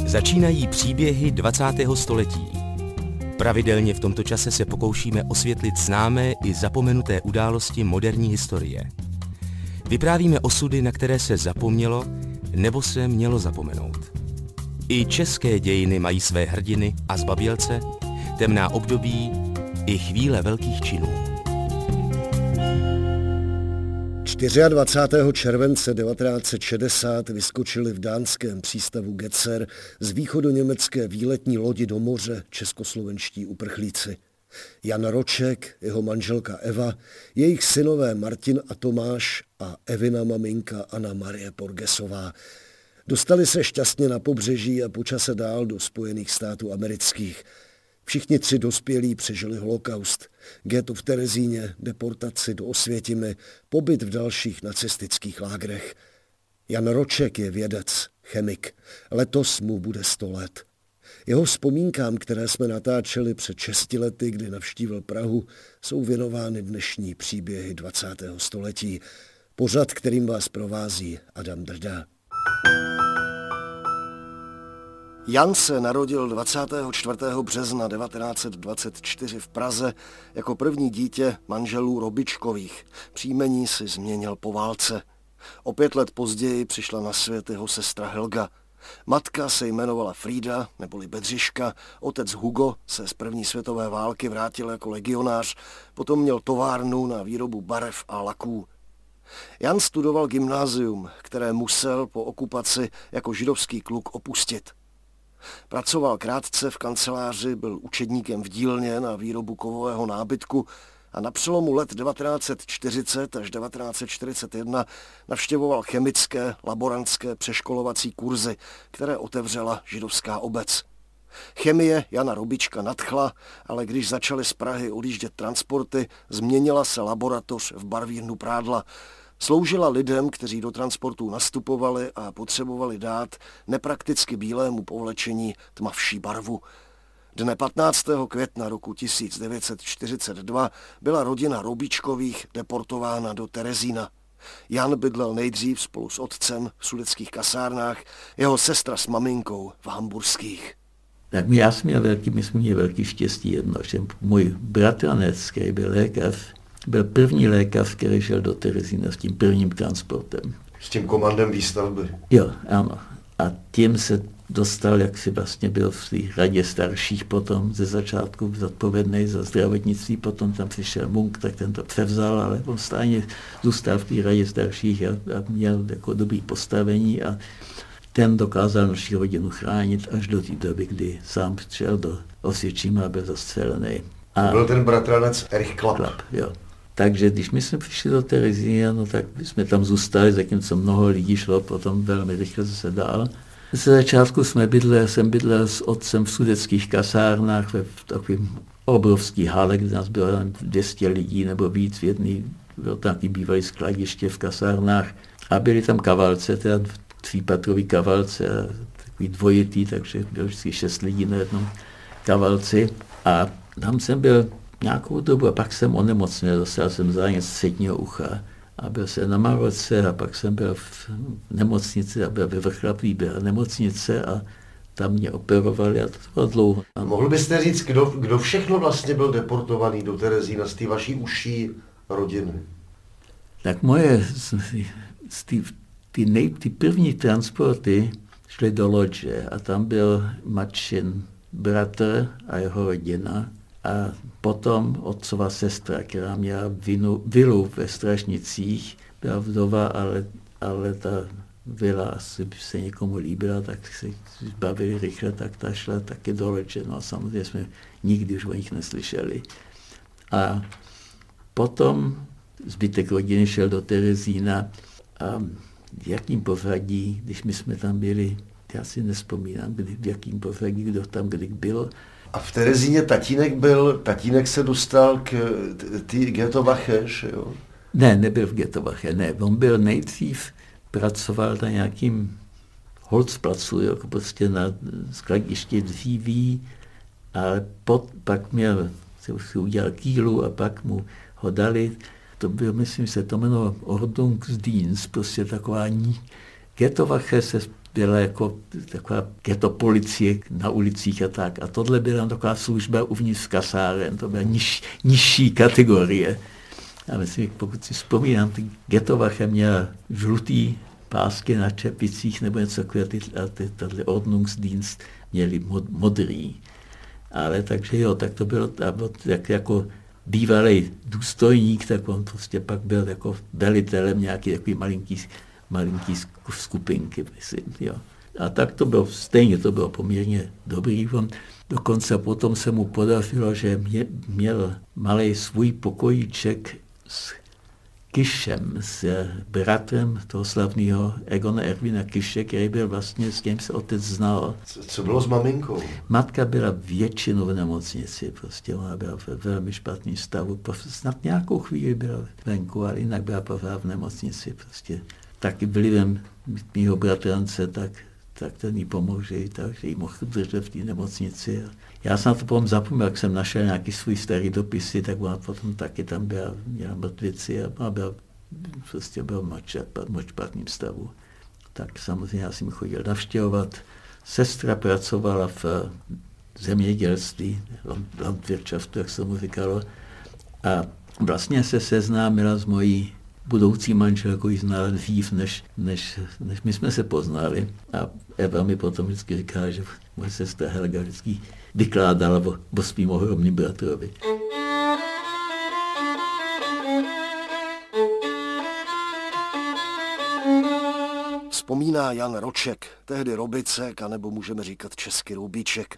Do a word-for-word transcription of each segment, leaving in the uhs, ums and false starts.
Začínají příběhy dvacátého století. Pravidelně v tomto čase se pokoušíme osvětlit známé i zapomenuté události moderní historie. Vyprávíme osudy, na které se zapomnělo nebo se mělo zapomenout. I české dějiny mají své hrdiny a zbabělce, temná období i chvíle velkých činů. dvacátého čtvrtého července devatenáct set šedesát vyskočili v dánském přístavu Getzer z východoněmecké výletní lodi do moře českoslovenští uprchlíci. Jan Roček, jeho manželka Eva, jejich synové Martin a Tomáš a Evina maminka Anna Marie Porgesová. Dostali se šťastně na pobřeží a po čase dál do Spojených států amerických. Všichni tři dospělí přežili holokaust, ghetto v Terezíně, deportaci do Osvětimi, pobyt v dalších nacistických lágrech. Jan Roček je vědec, chemik. Letos mu bude sto let. Jeho vzpomínkám, které jsme natáčeli před šesti lety, kdy navštívil Prahu, jsou věnovány dnešní příběhy dvacátého století. Pořad, kterým vás provází Adam Drda. Jan se narodil dvacátého čtvrtého března devatenáct set dvacet čtyři v Praze jako první dítě manželů Robičkových. Příjmení si změnil po válce. O pět let později přišla na svět jeho sestra Helga. Matka se jmenovala Frida, neboli Bedřiška, otec Hugo se z první světové války vrátil jako legionář, potom měl továrnu na výrobu barev a laků. Jan studoval gymnázium, které musel po okupaci jako židovský kluk opustit. Pracoval krátce v kanceláři, byl učedníkem v dílně na výrobu kovového nábytku a na přelomu let devatenáct set čtyřicet až devatenáct set čtyřicet jedna navštěvoval chemické, laborantské přeškolovací kurzy, které otevřela židovská obec. Chemie Jana Robička nadchla, ale když začaly z Prahy odjíždět transporty, změnila se laboratoř v barvírnu Prádla. Sloužila lidem, kteří do transportů nastupovali a potřebovali dát neprakticky bílému povlečení tmavší barvu. Dne patnáctého května roku tisíc devět set čtyřicet dva byla rodina Robičkových deportována do Terezína. Jan bydlel nejdřív spolu s otcem v sudetských kasárnách, jeho sestra s maminkou v hamburských. Tak já jsem měl velký, my jsme měli velký štěstí jedno, že můj bratranec, který byl lékař, byl první lékař, který šel do Terezína s tím prvním transportem. S tím komandem výstavby. Jo, ano. A tím se dostal, jak si vlastně byl v té radě starších potom ze začátku zodpovědný za zdravotnictví, potom tam přišel Munk, tak ten to převzal, ale on stále zůstal v té radě starších a, a měl jako dobrý postavení a ten dokázal naši rodinu chránit až do té doby, kdy sám šel do Osvětčima a byl zastřelený. A byl ten bratranec Erich Klapp. Klapp, jo. Takže když my jsme přišli do Terezína, no tak jsme tam zůstali, zatímco mnoho lidí šlo potom velmi rychle zase dál. Ze začátku jsme bydleli, jsem bydlel s otcem v sudeckých kasárnách ve takovém obrovský hale, kde nás bylo dvě stě lidí nebo víc v jedný, byl tam bývalý skladiště v kasárnách a byli tam kavalce, teda třípatrový kavalce, takový dvojitý, takže bylo vždycky šest lidí na jednom kavalci a tam jsem byl nějakou dobu a pak jsem onemocněl, dostal jsem zánět středního ucha a byl jsem na Maroce a pak jsem byl v nemocnici a byl ve Vrchlabí, byla nemocnice a tam mě operovali a to bylo dlouho. Mohl byste říct, kdo, kdo všechno vlastně byl deportovaný do Terezína z té vaší užší rodiny? Tak moje, z ty, ty, nej, ty první transporty šly do Lodže a tam byl Matčin bratr a jeho rodina. A potom otcova sestra, která měla vinu, vilu ve Strašnicích, byla vdova, ale, ale ta vila asi by se někomu líbila, tak se zbavili rychle, tak ta šla taky do Lodže. No a samozřejmě jsme nikdy už o nich neslyšeli. A potom zbytek rodiny šel do Terezína a v jakým pořadí, když my jsme tam byli, já si nespomínám, kdy, v jakým pořadí, kdo tam kdy byl. A v Terezíně tatínek byl, tatínek se dostal k ty Ghettowache, jo? Ne, nebyl v Ghettowache, ne. On byl nejdřív, pracoval na nějakým Holzplacu, jako prostě na skladiště dříví, ale pot, pak měl, si udělal kýlu a pak mu ho dali, to byl, myslím, se to jmenovalo Ordnungsdienst, prostě taková Getowache se byla jako taková getopolicie na ulicích a tak. A tohle byla taková služba uvnitř kasáren, to byla niž, nižší kategorie. A myslím, pokud si vzpomínám, ty Getowache měla žlutý pásky na čepicích nebo něco takového, a ty, tato Ordnungsdienst měli mod, modrý. Ale takže jo, tak to bylo tak jako bývalý důstojník, tak on prostě pak byl jako velitelem nějaký takový malinký, malinký skupinky, myslím, jo. A tak to bylo, stejně to bylo poměrně dobrý. On dokonce potom se mu podařilo, že mě, měl malý svůj pokojíček s Kišem, s bratrem toho slavného Egona Ervina Kiše, který byl vlastně, s kým se otec znal. Co bylo s maminkou? Matka byla většinou v nemocnici, prostě ona byla ve velmi špatném stavu. Snad nějakou chvíli byla venku, ale jinak byla pořád v nemocnici. Prostě taky vlivem mýho bratrance, tak, tak ten jí pomohl, že jí mohl držet v té nemocnici. Já jsem na to potom zapomněl, jak jsem našel nějaký svůj starý dopisy, tak ona potom taky tam byla, měla mrtvici a byla, prostě byl v špatném stavu. Tak samozřejmě já jsem ji chodil navštěvovat. Sestra pracovala v zemědělství, landwirtschaftu, jak se mu říkalo, a vlastně se seznámila s mojí budoucí manželkou, ji znala dřív, než, než, než my jsme se poznali. A Eva mi potom vždycky říká, že moje sestra Helga vždycky vykládala o, o svým ohromným bratrovi. Vzpomíná Jan Roček, tehdy Robicek, anebo můžeme říkat český Rubíček.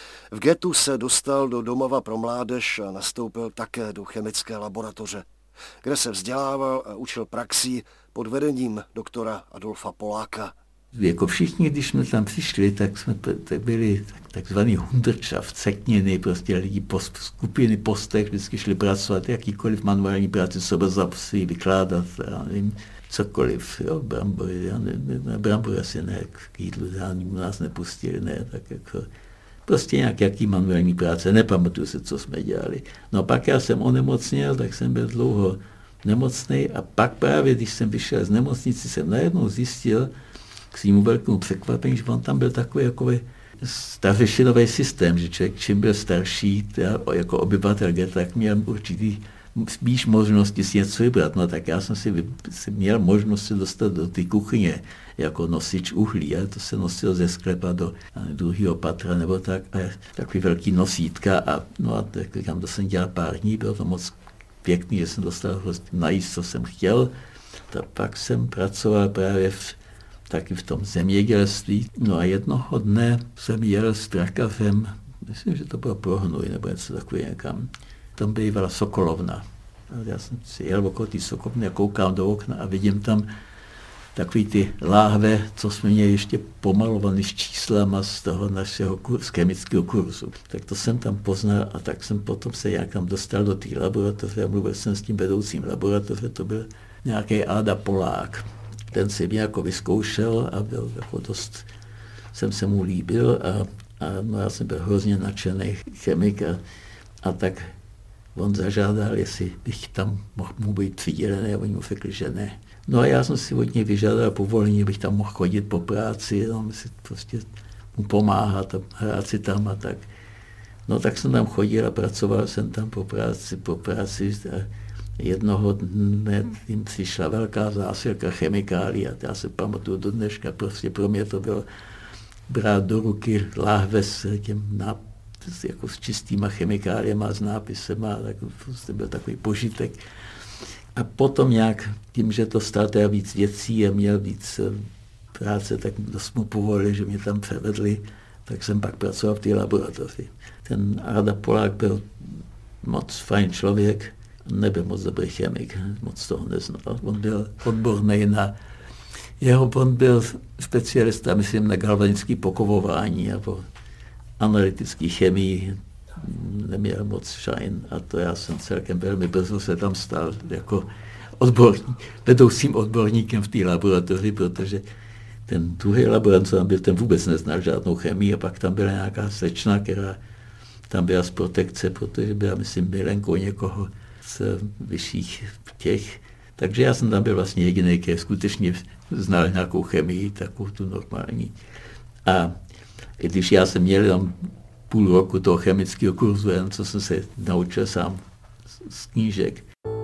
V getu se dostal do domova pro mládež a nastoupil také do chemické laboratoře, kde se vzdělával a učil praxí pod vedením doktora Adolfa Poláka. Jako všichni, když jsme tam přišli, tak jsme tak byli takzvaný Hundertschaft, sekněny, prostě lidi, post, skupiny postech, vždycky šli pracovat, jakýkoliv manuální práci, sobě zapsí, vykládat, já nevím, cokoliv, jo, brambory, já ne, ne, brambory asi ne, k jídlu, já nás nepustili, ne, tak jako, prostě nějak, jaký manuální práce, nepamatuju se, co jsme dělali. No pak já jsem onemocněl, tak jsem byl dlouho nemocnej a pak právě, když jsem vyšel z nemocnice, jsem najednou zjistil, k svýmu velkému překvapení, že on tam byl takový jako stařešinový systém, že člověk čím byl starší, jako obyvatel geta, tak měl určitý spíš možnosti si něco vybrat. No tak já jsem si, si měl možnost se dostat do té kuchyně jako nosič uhlí, ale to se nosil ze sklepa do druhého patra nebo tak, a takový velký nosítka a no a tak říkám, to jsem dělal pár dní, bylo to moc pěkný, že jsem dostal najíst, co jsem chtěl. Tak pak jsem pracoval právě v taky v tom zemědělství. No a jednoho dne jsem jel s trakavem, myslím, že to bylo Prohnůj, nebo něco takové někam. Tam bývala sokolovna. A já jsem si jel okolo té sokolovny a koukám do okna a vidím tam takový ty láhve, co jsme měli ještě pomalovaný s číslama z toho našeho kurzu, z chemického kurzu. Tak to jsem tam poznal a tak jsem potom se nějakam dostal do té laboratoře a mluvil jsem s tím vedoucím laboratoře, to byl nějaký Áda Polák. Ten si mě jako vyzkoušel a byl jako dost, jsem se mu líbil a, a no já jsem byl hrozně nadšený chemik a, a tak on zažádal, jestli bych tam mohl mu být přidělený a oni mu řekli, že ne. No a já jsem si od něj vyžádal povolení, abych tam mohl chodit po práci, no, si prostě mu pomáhat a hrát si tam a tak. No tak jsem tam chodil a pracoval jsem tam po práci, po práci a jednoho dne jim přišla velká zásilka chemikálií a já se pamatuju do dneška, prostě pro mě to bylo brát do ruky láhve s těm nápis, jako s čistýma chemikáliema, s nápisema, tak prostě byl takový požitek. A potom nějak tím, že to stál teda víc věcí a měl víc práce, tak dost mu povolili, že mě tam převedli, tak jsem pak pracoval v té laboratoři. Ten Áda Polák byl moc fajn člověk, nebyl moc dobrý chemik, moc toho neznal. On byl odborný na, jeho on byl specialista, myslím, na galvanické pokovování a po analytické chemii neměl moc šajn a to já jsem celkem velmi brzo se tam stal jako odborník, vedoucím odborníkem v té laboratoři, protože ten druhý laborant, tam byl, ten vůbec neznal žádnou chemii a pak tam byla nějaká slečna, která tam byla z protekce, protože byla, myslím, milenkou někoho z vyšších těch, Takže já jsem tam byl vlastně jediný, který skutečně znal nějakou chemii, takovou tu normální. A i když já jsem měl tam půl roku toho chemického kurzu, jen co jsem se naučil sám z knížek.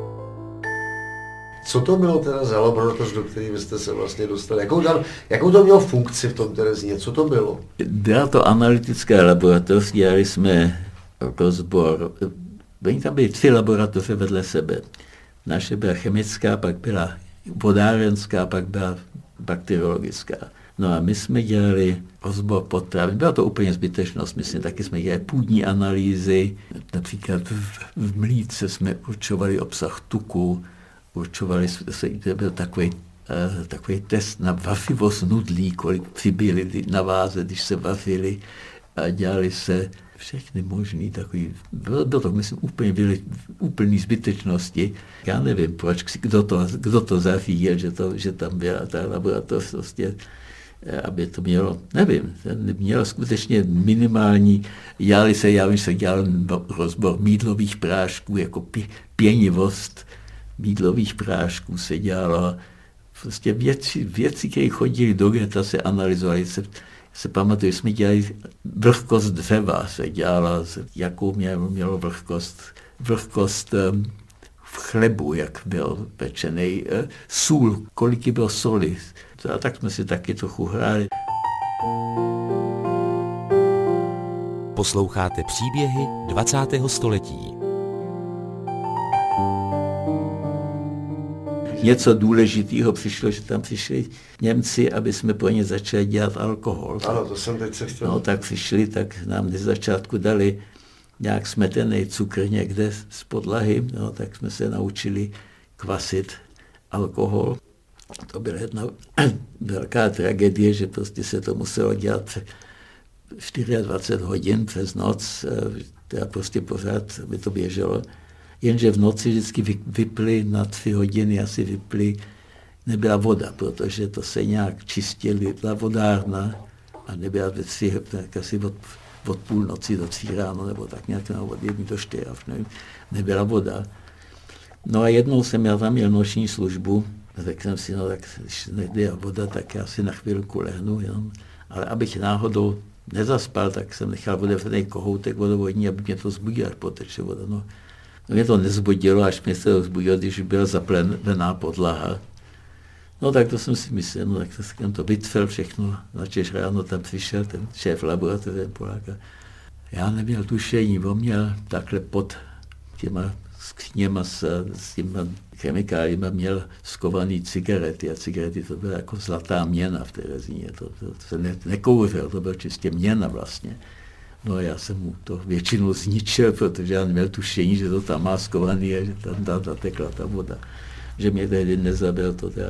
Co to bylo teda za laboratoř, do které vy jste se vlastně dostali? Jakou, tam, jakou to mělo funkci v tom Terezíně? Co to bylo? Byla to analytická laboratoř, dělali jsme rozbor. Oni tam byly tři laboratoře vedle sebe. Naše byla chemická, pak byla vodárenská, pak byla bakteriologická. No a my jsme dělali rozbor potravin. Byla to úplně zbytečnost, myslím, taky jsme dělali půdní analýzy. Například v, v mlíce jsme určovali obsah tuku, určovali jsme, to byl takový, uh, takový test na vafivost nudlí, kolik přibyli na váze, když se vafili, a dělali se všechny možný takový, bylo, bylo to, myslím, úplně byly úplný zbytečnosti. Já nevím, proč, kdo to, kdo to zařídil, že, to, že tam byla ta laboratoř, prostě, aby to mělo, nevím, mělo skutečně minimální, dělali se, já vím, že se dělal rozbor mýdlových prášků, jako pě, pěnivost mýdlových prášků se dělalo, prostě věci, věci, které chodily do geta, se analyzovaly, se, se pamatuju, jsme dělali vlhkost dřeva, se dělala, jakou mělo, mělo vlhkost, vlhkost um, v chlebu, jak byl pečený, uh, sůl, kolik bylo soli. A tak jsme si taky trochu hráli. Posloucháte příběhy dvacátého století. Něco důležitého přišlo, že tam přišli Němci, aby jsme pro ně začali dělat alkohol. Ano, to jsem teď se chtěl. No, tak přišli, tak nám na začátku dali nějak smetený cukr někde z podlahy, no, tak jsme se naučili kvasit alkohol. To byla jedna velká tragédie, že prostě se to muselo dělat dvacet čtyři hodin přes noc, teda prostě pořád by to běželo. Jenže v noci vždycky vyply na tři hodiny, asi vyply, nebyla voda, protože to se nějak čistili, byla vodárna a nebyla ve tři, tak asi od, od půlnoci do tří ráno, nebo tak nějak no, od jedné do čtyři, nevím, nebyla voda. No a jednou jsem já tam měl noční službu, řekl jsem si, no tak když nejde voda, tak já si na chvilku lehnu, jenom. Ale abych náhodou nezaspal, tak jsem nechal otevřený kohoutek vodovodní, aby mě to zbudilo, až poteče voda. No. No mě to nezbudilo, až mě se to zbudilo, když byla zaplevená podlaha. No tak to jsem si myslel, no tak jsem to vytřel všechno, načež ráno tam přišel ten šéf laboratoře Poláka. Já neměl tušení, on měl takhle pod těma skříněma s, s těma chemikáliemi měl skovaný cigarety a cigarety to byla jako zlatá měna v Terezíně, to, to, to se ne, nekouřil, to byl čistě měna vlastně. No a já jsem mu to většinou zničil, protože já neměl tušení, že to tam má skovaný a že tam, tam zatekla ta voda. Že mě tehdy nezabil, to já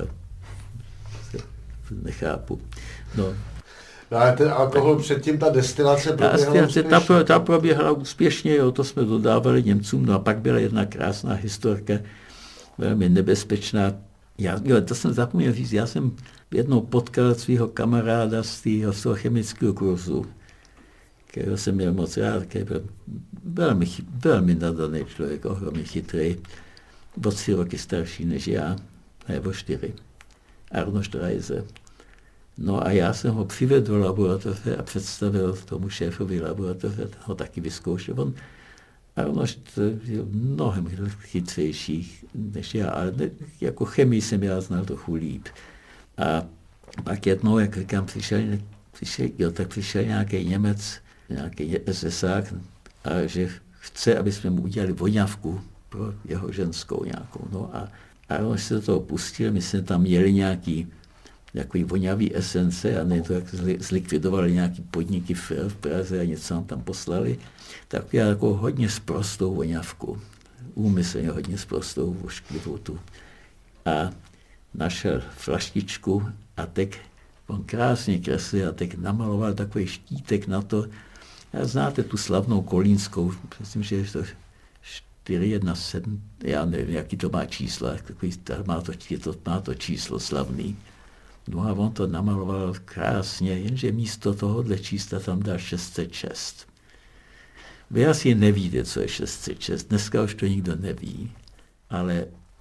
nechápu. No. No ale ten alkohol předtím, ta destilace proběhla úspěšně? Ta, ta proběhla úspěšně, jo, to jsme dodávali Němcům. No a pak byla jedna krásná historka, velmi nebezpečná. Já, jo, to jsem zapomněl říct, já jsem jednou potkal svého kamaráda z, tý, z toho chemického kurzu, kterého jsem měl moc rád, který byl velmi, velmi nadaný člověk, ohromně chytrý, o tři roky starší než já, nebo čtyři. Arno Streiser. No a já jsem ho přivedl do laboratoře a představil tomu šéfovi laboratoře, ten ho taky vyzkoušel. On, Arno je mnohem chytřejší než já, ale ne, jako chemii jsem já znal trochu líp. A pak jednou, jak říkám, přišel, přišel, jo, tak přišel nějaký Němec, nějaký esesák, a že chce, aby jsme mu udělali voňavku pro jeho ženskou nějakou. No a Arno se do toho pustil, my jsme tam měli nějaký takový voňavý esence a ne to, jak zlikvidovali nějaký podniky v, v Praze a něco nám tam poslali, tak já jako hodně sprostou voňavku, úmyslně hodně sprostou vošklivou tu. A našel flaštičku a tak on krásně kreslil a tak namaloval takový štítek na to. A znáte tu slavnou kolínskou, myslím, že je to čtyři jedna sedm, já nevím, jaký to má číslo, takový, má, to, to, má to číslo slavný. No a on to namaloval krásně, jenže místo tohohle čísla tam dá šest set šest. Vy asi nevíte, co je šest set šest, dneska už to nikdo neví, ale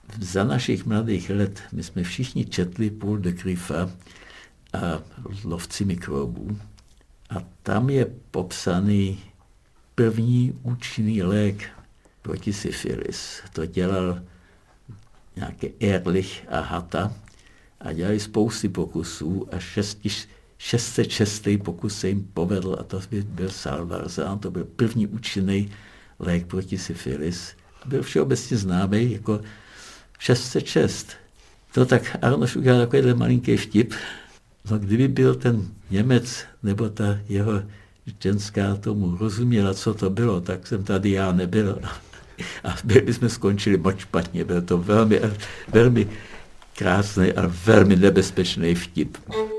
za našich mladých let my jsme všichni četli Paul de Griffa a Lovci mikrobů. A tam je popsaný první účinný lék proti syfilis. To dělal nějaký Ehrlich a Hatta a dělali spousty pokusů a šesti, šest set šest pokus se jim povedl a to byl Salvarsan, to byl první účinný lék proti syfilis. Byl všeobecně známý jako šest set šest. To tak Arnoš udělal takovýhle malinký vtip. No kdyby byl ten Němec nebo ta jeho ženská tomu rozuměla, co to bylo, tak jsem tady já nebyl. A byli jsme skončili moc špatně. Byl to velmi, velmi krásný a velmi nebezpečný vtip.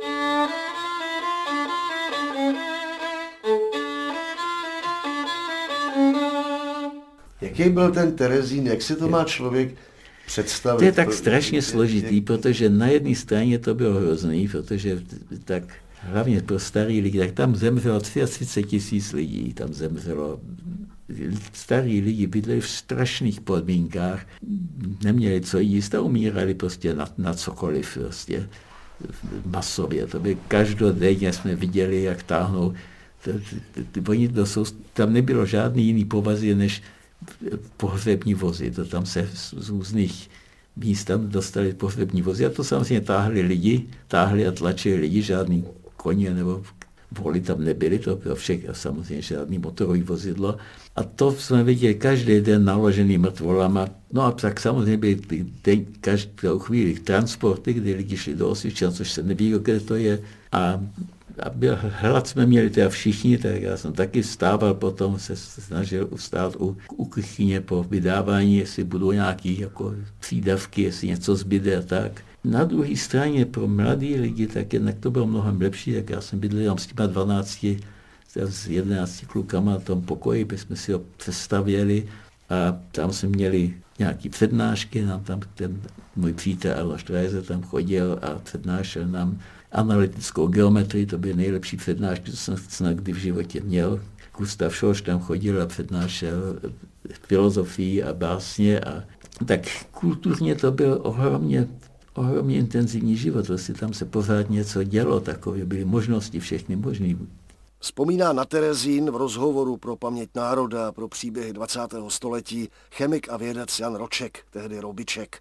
Jaký byl ten Terezín, jak si to má člověk představit? To je tak strašně složitý, protože na jedné straně to bylo hrozný, protože tak hlavně pro starý lidi, tak tam zemřelo třicet tři tisíc lidí, tam zemřelo. Starí lidi bydleli v strašných podmínkách, neměli co jíst a umírali prostě na, na cokoliv, prostě masově. To by každodenně jsme viděli, jak táhnou. To, to, to, oni to jsou, tam nebylo žádný jiný povazy, než pohřební vozy. To tam se z, z různých míst tam dostali pohřební vozy a to samozřejmě táhli lidi, táhli a tlačili lidi, žádný koně nebo voly tam nebyly, to bylo všechno, samozřejmě žádný motorový vozidlo. A to jsme viděli každý den naložený mrtvolama. No a tak samozřejmě byly den, každou chvíli transporty, kdy lidi šli do Osvědčan, což se neví, kde to je. A, a byl, hlad jsme měli teda všichni, tak já jsem taky vstával potom, se snažil ustát u, u kuchyně po vydávání, jestli budou nějaký jako přídavky, jestli něco zbyde a tak. Na druhé straně pro mladý lidi, tak jednak to bylo mnohem lepší, jak já jsem bydlel tam s těma dvanácti, s jedenácti klukama na tom pokoji, bychom si ho přestavěli a tam jsme měli nějaký přednášky, nám tam ten můj přítel Alois Streiser tam chodil a přednášel nám analytickou geometrii, to byly nejlepší přednášky, co jsem snad kdy v životě měl. Gustav Schorsch tam chodil a přednášel filozofii a básně a tak kulturně to byl ohromně ohromně intenzivní život, vlastně tam se pořád něco dělo, takové byly možnosti všechny možný. Vzpomíná na Terezín v rozhovoru pro Paměť národa pro příběhy dvacátého století chemik a vědec Jan Roček, tehdy Robiček.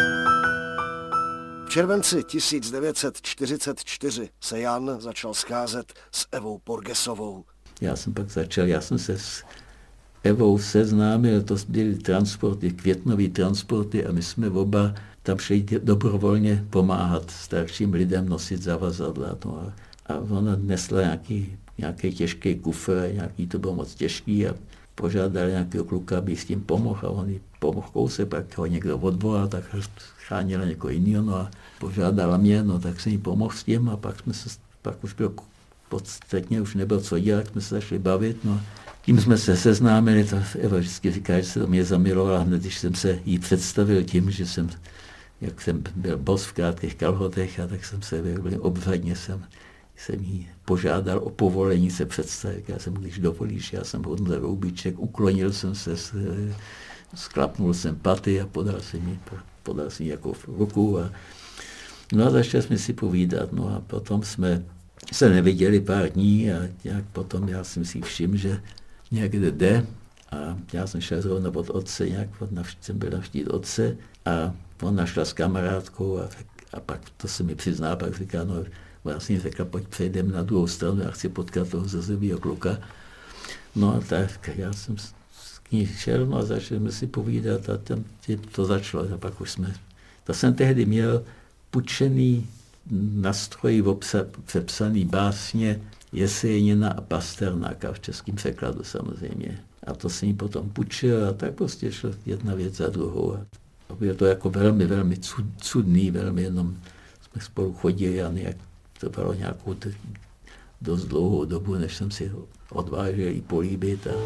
V červenci tisíc devět set čtyřicet čtyři se Jan začal scházet s Evou Porgesovou. Já jsem pak začal, já jsem se s Evou seznámil, to byly transporty, květnové transporty a my jsme oba tam šli dobrovolně pomáhat starším lidem nosit zavazadla. No a, a ona nesla nějaký, nějaký těžký kufr, nějaký to bylo moc těžký a požádali nějakého kluka, aby s tím pomohl a on jí pomohl kousek, pak ho někdo odvolal, tak chránila někoho jiného, no a požádala mě, no tak jsem jí pomohl s tím a pak jsme se, pak už bylo podstatně, už nebylo co dělat, jsme se začali bavit, no tím jsme se seznámili, to Eva vždycky říká, že se do mě zamilovala hned, když jsem se jí představil tím, že jsem jak jsem byl bos v krátkých kalhotech a tak jsem se velmi obřadně jsem, jsem jí požádal o povolení se představit. Já jsem, když dovolíš, já jsem hodně Roubíček, uklonil jsem se, sklapnul jsem paty a podal jsem jí, podal jsem jí jako ruku. A, no a začali jsme si povídat, no a potom jsme se neviděli pár dní a nějak potom já jsem si všiml, že někde jde a já jsem šel zrovna od otce, nějak jsem byl navštívit otce a on našla s kamarádkou a, a pak to se mi přizná, pak říká, no vlastně řekla, pojď přejdeme na druhou stranu, já chci potkat toho zazevýho kluka. No a tak já jsem k ní šel, no a začali jsme si povídat a tam to začalo a pak už jsme, to jsem tehdy měl půjčený nástroj přepsaný básně Jesenína a Pasternáka v českém překladu samozřejmě. A to jsem jí potom půjčil a tak prostě šlo jedna věc za druhou. A bylo to jako velmi, velmi cudný, velmi jenom jsme spolu chodili a nějak, to bylo nějakou dost dlouhou dobu, než jsem si odvážil jí políbit. A...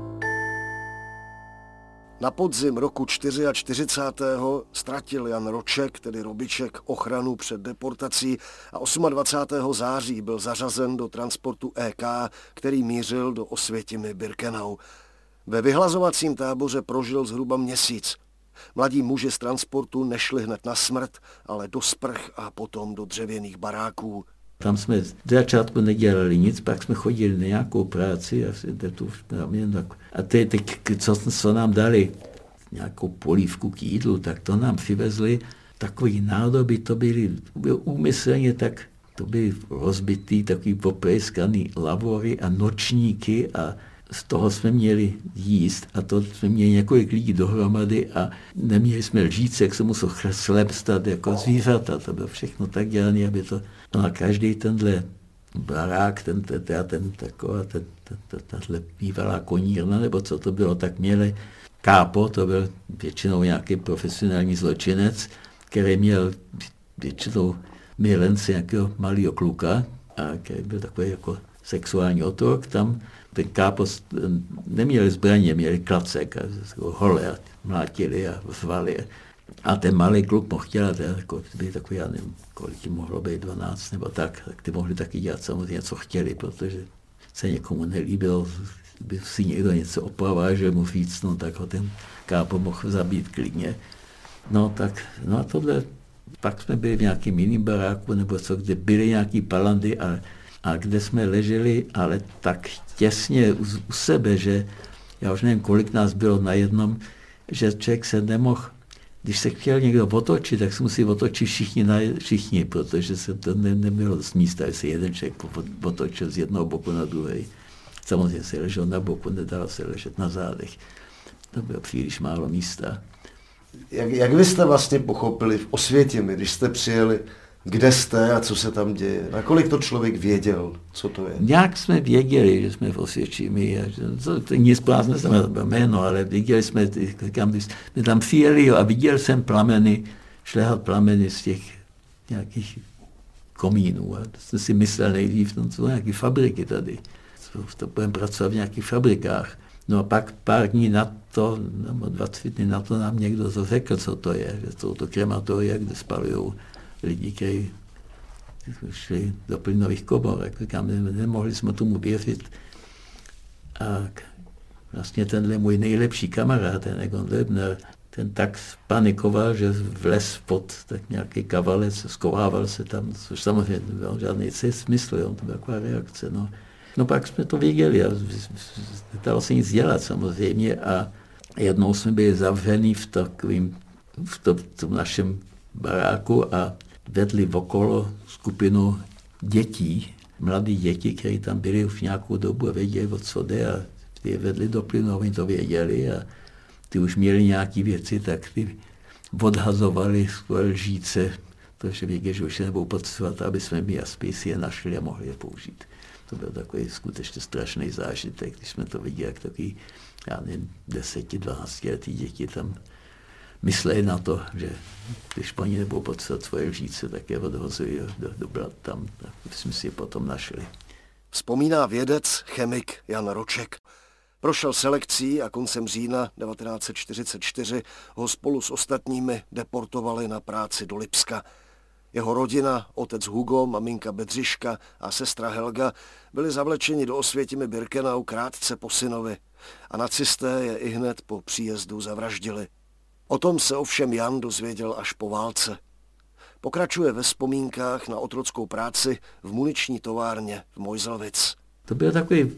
Na podzim roku čtyřicátého čtvrtého ztratil Jan Roček, tedy Robiček, ochranu před deportací a dvacátého osmého září byl zařazen do transportu E K, který mířil do Osvětimi Birkenau. Ve vyhlazovacím táboře prožil zhruba měsíc. Mladí muži z transportu nešli hned na smrt, ale do sprch a potom do dřevěných baráků. Tam jsme z začátku nedělali nic, pak jsme chodili na nějakou práci a, a teď, co, co nám dali, nějakou polívku k jídlu, tak to nám přivezli. Takový nádoby, to byly úmyslně tak, to byly rozbitý, takový poprejskaný lavory a nočníky a z toho jsme měli jíst a to jsme měli několik lidí dohromady a neměli jsme lžíce, jak se musel slepstat jako zvířata. To bylo všechno tak dělané, aby to... A na každý tenhle barák, ten, ten, ten, ten, taková, ten, ten, ten, tato bývalá konírna, nebo co to bylo, tak měli kápo, to byl většinou nějaký profesionální zločinec, který měl většinou milence nějakého malého kluka, a který byl takový jako sexuální otrok. Tam ten kápo neměli zbraně, měli klacek a hole a mlátili a zvali. A ten malý kluk mohl dělat, jako, byli takový, já nevím, kolik jim mohlo být, dvanáct nebo tak, tak ty mohli taky dělat samozřejmě, co chtěli, protože se někomu nelíbilo, by si někdo něco opravil, že mu říct, no tak ho ten kápo mohl zabít klidně. No tak, no a tohle, pak jsme byli v nějakým jiným baráku, nebo co, kde byly nějaký palandy a, a kde jsme leželi, ale tak těsně u, u sebe, že já už nevím, kolik nás bylo na jednom, že člověk se nemohl, když se chtěl někdo otočit, tak se musí otočit všichni, na, všichni, protože se to ne, nebylo dost místa, jestli se jeden člověk otočil z jednoho boku na druhý. Samozřejmě se ležel na boku, nedal se ležet na zádech. To bylo příliš málo místa. Jak, jak vy jste vlastně pochopili v Osvětimi, když jste přijeli, kde jste a co se tam děje? Nakolik to člověk věděl, co to je? Nějak jsme věděli, že jsme v Osvětimi. Nic plázne jsem jméno, ale věděli jsme, říkám, když jsme tam přijeli a viděl jsem plameny, šlehat plameny z těch nějakých komínů. A jsem si myslel nejdřív, no, co nějaké fabriky tady. To budeme pracovat v nějakých fabrikách. No a pak pár dní na to, nebo dvacet dní na to nám někdo to řekl, co to je, že jsou to krematoria, kde spalují lidi, kteří šli do plynových komor. Říkám, nemohli jsme tomu věřit. A vlastně tenhle můj nejlepší kamarád, ten Egon Lebner, ten tak panikoval, že vlez pod tak nějaký kavalec, skovával se tam, což samozřejmě nebyl žádný smysl, on to byla taková reakce. No. No pak jsme to věděli a nedalo se nic dělat samozřejmě a jednou jsme byli zavření v takovým, v tom, v tom našem baráku a vedli okolo skupinu dětí, mladí děti, kteří tam byli už nějakou dobu a věděli, o co jde a ty je vedli do plynu, oni to věděli a ty už měli nějaké věci, tak ty odhazovali svoje lžíce, protože věděli, že už se nebudou potřebovat, aby jsme my a spíš je našli a mohli je použít. To byl takový skutečně strašný zážitek, když jsme to viděli, jak takový, já nevím, deseti, dvanáctiletí děti tam myslejí na to, že když oni nebudou potřebovat svoje lžíce, tak je odhozují do, do brat tam. Tak jsme si je potom našli. Vzpomíná vědec, chemik Jan Roček. Prošel selekcí a koncem října devatenáct set čtyřicet čtyři ho spolu s ostatními deportovali na práci do Lipska. Jeho rodina, otec Hugo, maminka Bedřiška a sestra Helga byli zavlečeni do Osvětimi Birkenau krátce po synovi a nacisté je ihned po příjezdu zavraždili. O tom se ovšem Jan dozvěděl až po válce. Pokračuje ve vzpomínkách na otrockou práci v muniční továrně v Mojzlovic. To bylo takový,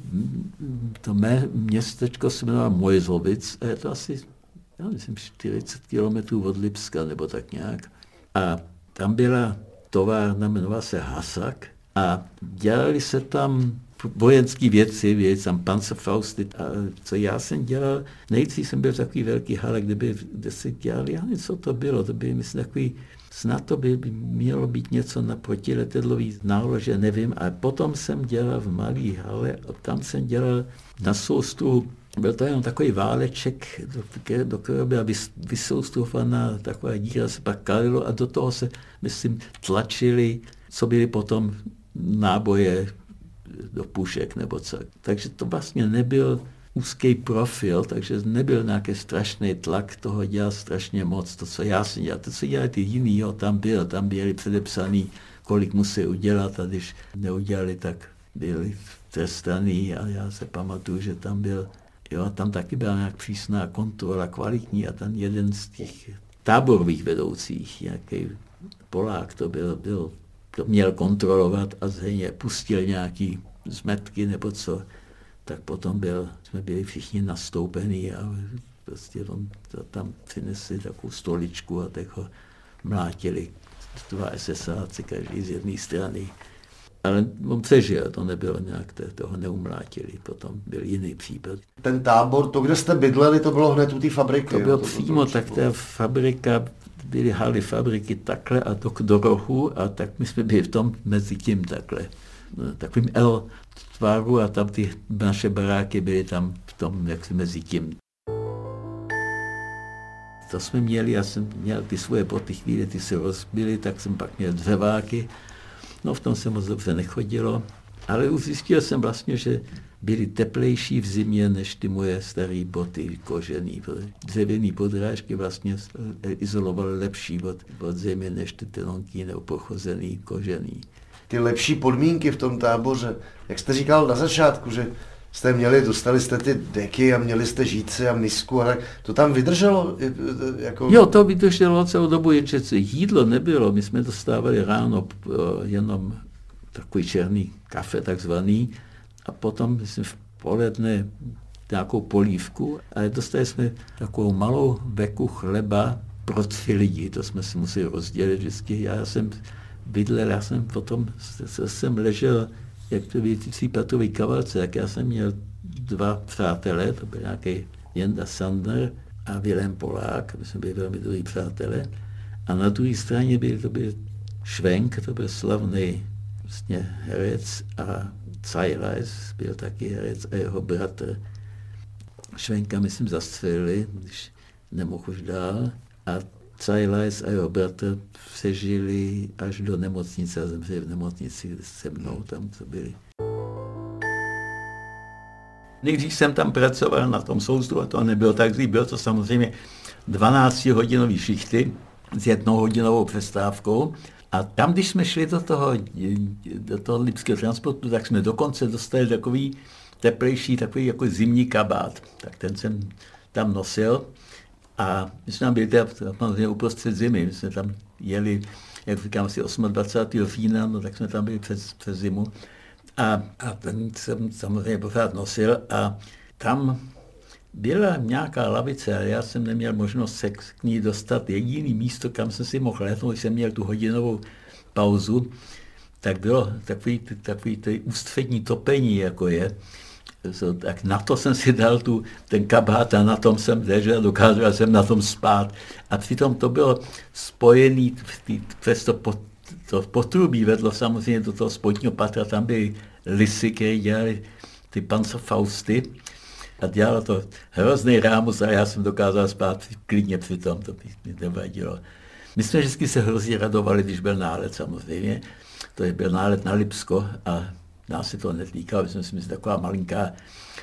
to mé městečko se jmenovalo Mojzlovic a je to asi, já myslím, čtyřicet kilometrů od Lipska nebo tak nějak. A tam byla továrna, jmenovala se Hasak a dělali se tam vojenské věci, věci, tam Panzerfausty. A co já jsem dělal, nejdřív jsem byl v takový velký hale, kde, by, kde se dělali, já nevím, co to bylo, to by, myslím, takový, snad to by mělo být něco na protiletadlový nálože, nevím, a potom jsem dělal v malý hale a tam jsem dělal na soustruhu. Byl to jenom takový váleček, do, do kterého byla vysoustruhovaná taková díra, se pak kalilo a do toho se, myslím, tlačili, co byly potom náboje do pušek nebo co. Takže to vlastně nebyl úzký profil, takže nebyl nějaký strašný tlak toho dělat strašně moc. To, co já jsem dělal, to, co dělali ty jiný, jo, tam byl, tam byli předepsaný, kolik musí udělat a když neudělali, tak byli trestaný a já se pamatuju, že tam byl Jo, tam taky byla nějak přísná kontrola, kvalitní a ten jeden z těch táborových vedoucích, nějaký Polák to byl, byl, to měl kontrolovat a zřejmě pustil nějaký zmetky nebo co, tak potom byl, jsme byli všichni nastoupení a prostě on tam přinesli takovou stoličku a tak ho mlátili dva esesáci, každý z jedné strany. Ale on přežil, to nebylo nějak, toho neumlátili, potom byl jiný případ. Ten tábor, to, kde jste bydleli, to bylo hned u té fabriky? To bylo jo, přímo, to, to, tak ta fabrika, byly haly fabriky takhle a do, do rohu a tak my jsme byli v tom mezi tím takhle. Takovým L tváru a tam ty naše baráky byly tam v tom, jak mezi tím. To jsme měli, já jsem měl ty svoje boty chvíli, ty se rozbily, tak jsem pak měl dřeváky. No v tom se moc dobře nechodilo, ale už zjistil jsem vlastně, že byly teplejší v zimě než ty moje staré boty kožený. Dřevěný podrážky vlastně izolovaly lepší od, od země než ty tenonky nebo pochozený kožený. Ty lepší podmínky v tom táboře, jak jste říkal na začátku, že jste měli, dostali jste ty deky a měli jste žíci a misku, ale to tam vydrželo? Jako... Jo, to vydrželo celou dobu, jenže jídlo nebylo. My jsme dostávali ráno jenom takový černý kafe takzvaný a potom myslím v poledne nějakou polívku a dostali jsme takovou malou beku chleba pro tři lidi. To jsme si museli rozdělit vždycky. Já jsem bydlel, já jsem potom jsem ležel jak to byly ty třípatrový kavalce, jak já jsem měl dva přátelé, to byl nějaký Jenda Sandner a Vilém Polák, my jsme byli velmi dobrý přátelé. A na druhé straně byl to byl Švenk, to byl slavný vlastně herec a Cajlajs byl taky herec a jeho bratr. Švenka, myslím, zastřelili, když nemohl už dál. A Cajlajs a jeho bratr přežili až do nemocnice a zemřeli v nemocnici se mnou, tam co byli. Když jsem tam pracoval na tom soustru, a to nebylo tak zlý, bylo to samozřejmě dvanáctihodinový šichty s jednohodinovou přestávkou. A tam, když jsme šli do toho, do toho lipského transportu, tak jsme dokonce dostali takový teplejší, takový jako zimní kabát. Tak ten jsem tam nosil. A my jsme tam byli tam uprostřed zimy, my jsme tam jeli, jak říkám, asi dvacátého osmého října, no tak jsme tam byli přes, přes zimu. A, a ten jsem samozřejmě pořád nosil a tam byla nějaká lavice, ale já jsem neměl možnost se k ní dostat. Jediný místo, kam jsem si mohl letnout, když jsem měl tu hodinovou pauzu, tak bylo takový, takový ty ústřední topení, jako je. So, tak na to jsem si dal tu, ten kabát a na tom jsem ležel, dokázal jsem na tom spát. A přitom to bylo spojený přes to, pot, to potrubí vedlo samozřejmě do toho spodního patra, tam byly lisy, které dělali ty Panzerfausty a dělalo to hrozný rámus a já jsem dokázal spát klidně při tom, to mi nevadilo. My jsme vždycky se hrozně radovali, když byl nálet samozřejmě, to je byl nálet na Lipsko a nás se to netýkalo, jsme si mysleli, taková malinká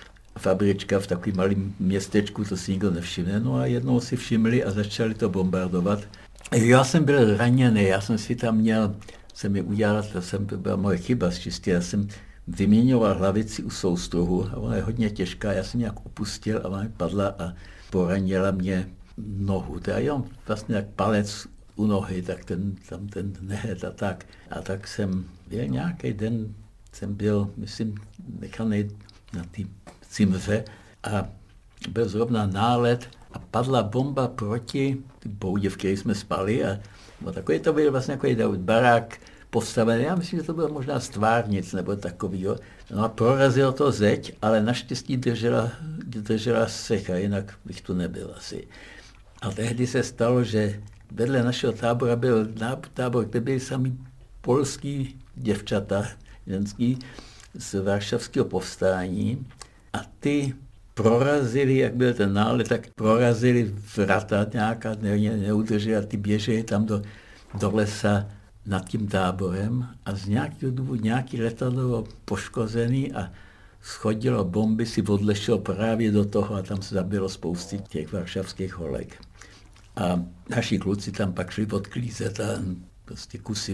fabrička v takovém malém městečku, to si nikdo nevšimne. No a jednou si všimli a začali to bombardovat. Já jsem byl raněný, já jsem si tam měl, jsem mi udělal, to, jsem, to byla moje chyba čistě, já jsem vyměňoval hlavici u soustruhu a ona je hodně těžká, já jsem nějak opustil a ona padla a poranila mě nohu. To já jenom vlastně jak palec u nohy, tak ten, tam ten nehet a tak. A tak jsem byl nějaký den, jsem byl, myslím, nechaný na té cimře a byl zrovna nálet a padla bomba proti ty boudě, v které jsme spali a takový to byl vlastně takový barák postavený, já myslím, že to bylo možná stvárnic nebo takovýho. No a prorazil to zeď, ale naštěstí držela, držela střecha, jinak bych tu nebyl asi. A tehdy se stalo, že vedle našeho tábora byl tábor, kde byli sami polský děvčata, ženský z varšavského povstání a ty prorazili, jak byl ten nálet, tak prorazili vrata nějaká, ne, neudrželi a ty běželi tam do, do lesa nad tím táborem a z nějakého důvodu nějaký letadlo bylo poškozený a schodilo bomby, si odlešilo právě do toho a tam se zabilo spousty těch varšavských holek. A naši kluci tam pak šli odklízet a prostě kusy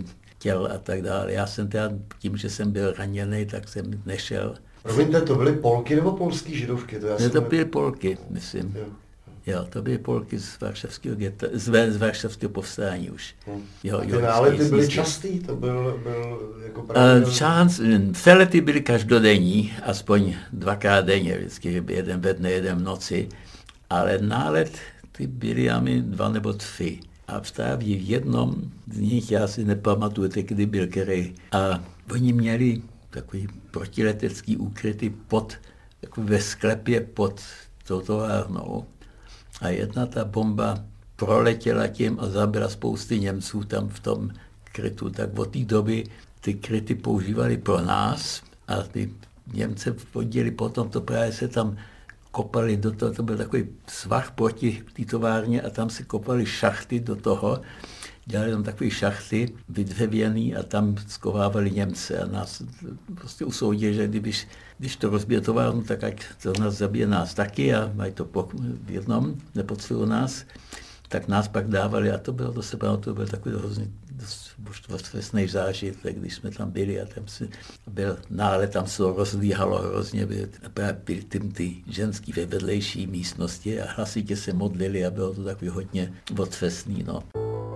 těl a tak dále. Já jsem teda tím, že jsem byl raněný, tak jsem nešel. Promiňte, to byly Polky nebo polský židovky? To, já ne, to ne... byly Polky, myslím. Jo. Jo, to byly Polky z Varšavského geta, z, z Varšavského povstání už. Hmm. Jo, a ty nálety byly častý? To byl, byl jako právě... Čans, přelety byly každodenní, aspoň dvakrát denně, vždycky jeden ve dne, jeden v noci, ale nálet ty byly ami dva nebo tři. A právě v jednom z nich, já si nepamatuju, kdy byl který, a oni měli takový protiletecký úkryty pod, jako ve sklepě pod tou továrnou. A jedna ta bomba proletěla tím a zabila spousty Němců tam v tom krytu. Tak od té doby ty kryty používali pro nás a ty Němce podíli potom, to právě se tam kopali do toho, to byl takový svah proti té továrně a tam se kopali šachty do toho, dělali tam takové šachty vydřevěný a tam skovávali Němce a nás prostě usoudili, že kdybyž, když to rozbije továrnu, tak ať to nás zabije nás taky a mají to v jednom, nepotřebují nás, tak nás pak dávali a to bylo, to se pamatuju, to byl takový hrozný dostřesný zážitek, když jsme tam byli a tam si byl nálet, tam se to rozlíhalo hrozně, byly, byly tím ty ženský ve vedlejší místnosti a hlasitě se modlili a bylo to takový hodně otřesný, no.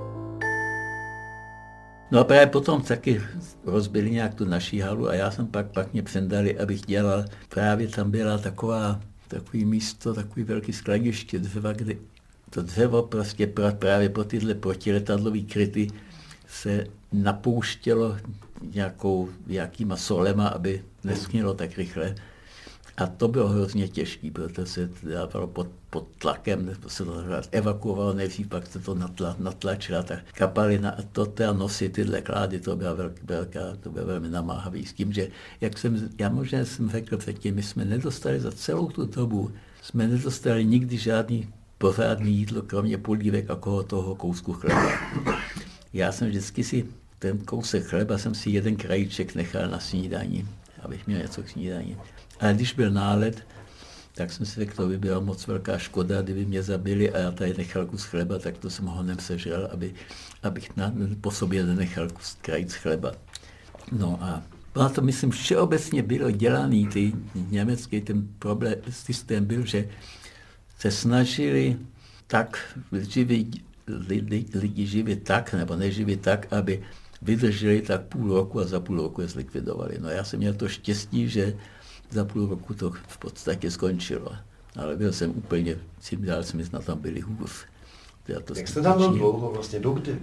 No a právě potom taky rozbili nějak tu naší halu a já jsem pak, pak mě přendali, abych dělal, právě tam byla taková, takový místo, takový velký skladiště dřeva, kde to dřevo prostě právě po tyhle protiletadlový kryty se napouštělo nějakou, nějakýma solema, aby neschnilo tak rychle. A to bylo hrozně těžké, protože se dávalo pod, pod tlakem, se to evakuovalo nejdřív, pak se to natla, natlačila, ta kapalina a to teda nosit tyhle klády, to byla velká, velká, to bylo velmi namáhavý. S tím, že, jak jsem, já možná jsem řekl předtím, my jsme nedostali za celou tu dobu, jsme nedostali nikdy žádný pořádný jídlo, kromě polívek a koho toho kousku chleba. Já jsem vždycky si ten kousek chleba, jsem si jeden krajíček nechal na snídani, abych měl něco k snídani. Ale když byl nálet, tak jsem si řekl, to by byla moc velká škoda, kdyby mě zabili a já tady nechal kus chleba, tak to jsem ho nesežral, aby, abych na, po sobě nenechal kus krajíc chleba. No a no to, myslím, všeobecně bylo dělaný, ty německý ten problém, systém byl, že se snažili tak živit, lidi, lidi živit tak, nebo neživit tak, aby vydrželi tak půl roku a za půl roku je zlikvidovali. No já jsem měl to štěstí, že za půl roku to v podstatě skončilo. Ale byl jsem úplně, čím dál jsme na tom byli hůř. Jak jste tam byl dlouho vlastně, dokdy?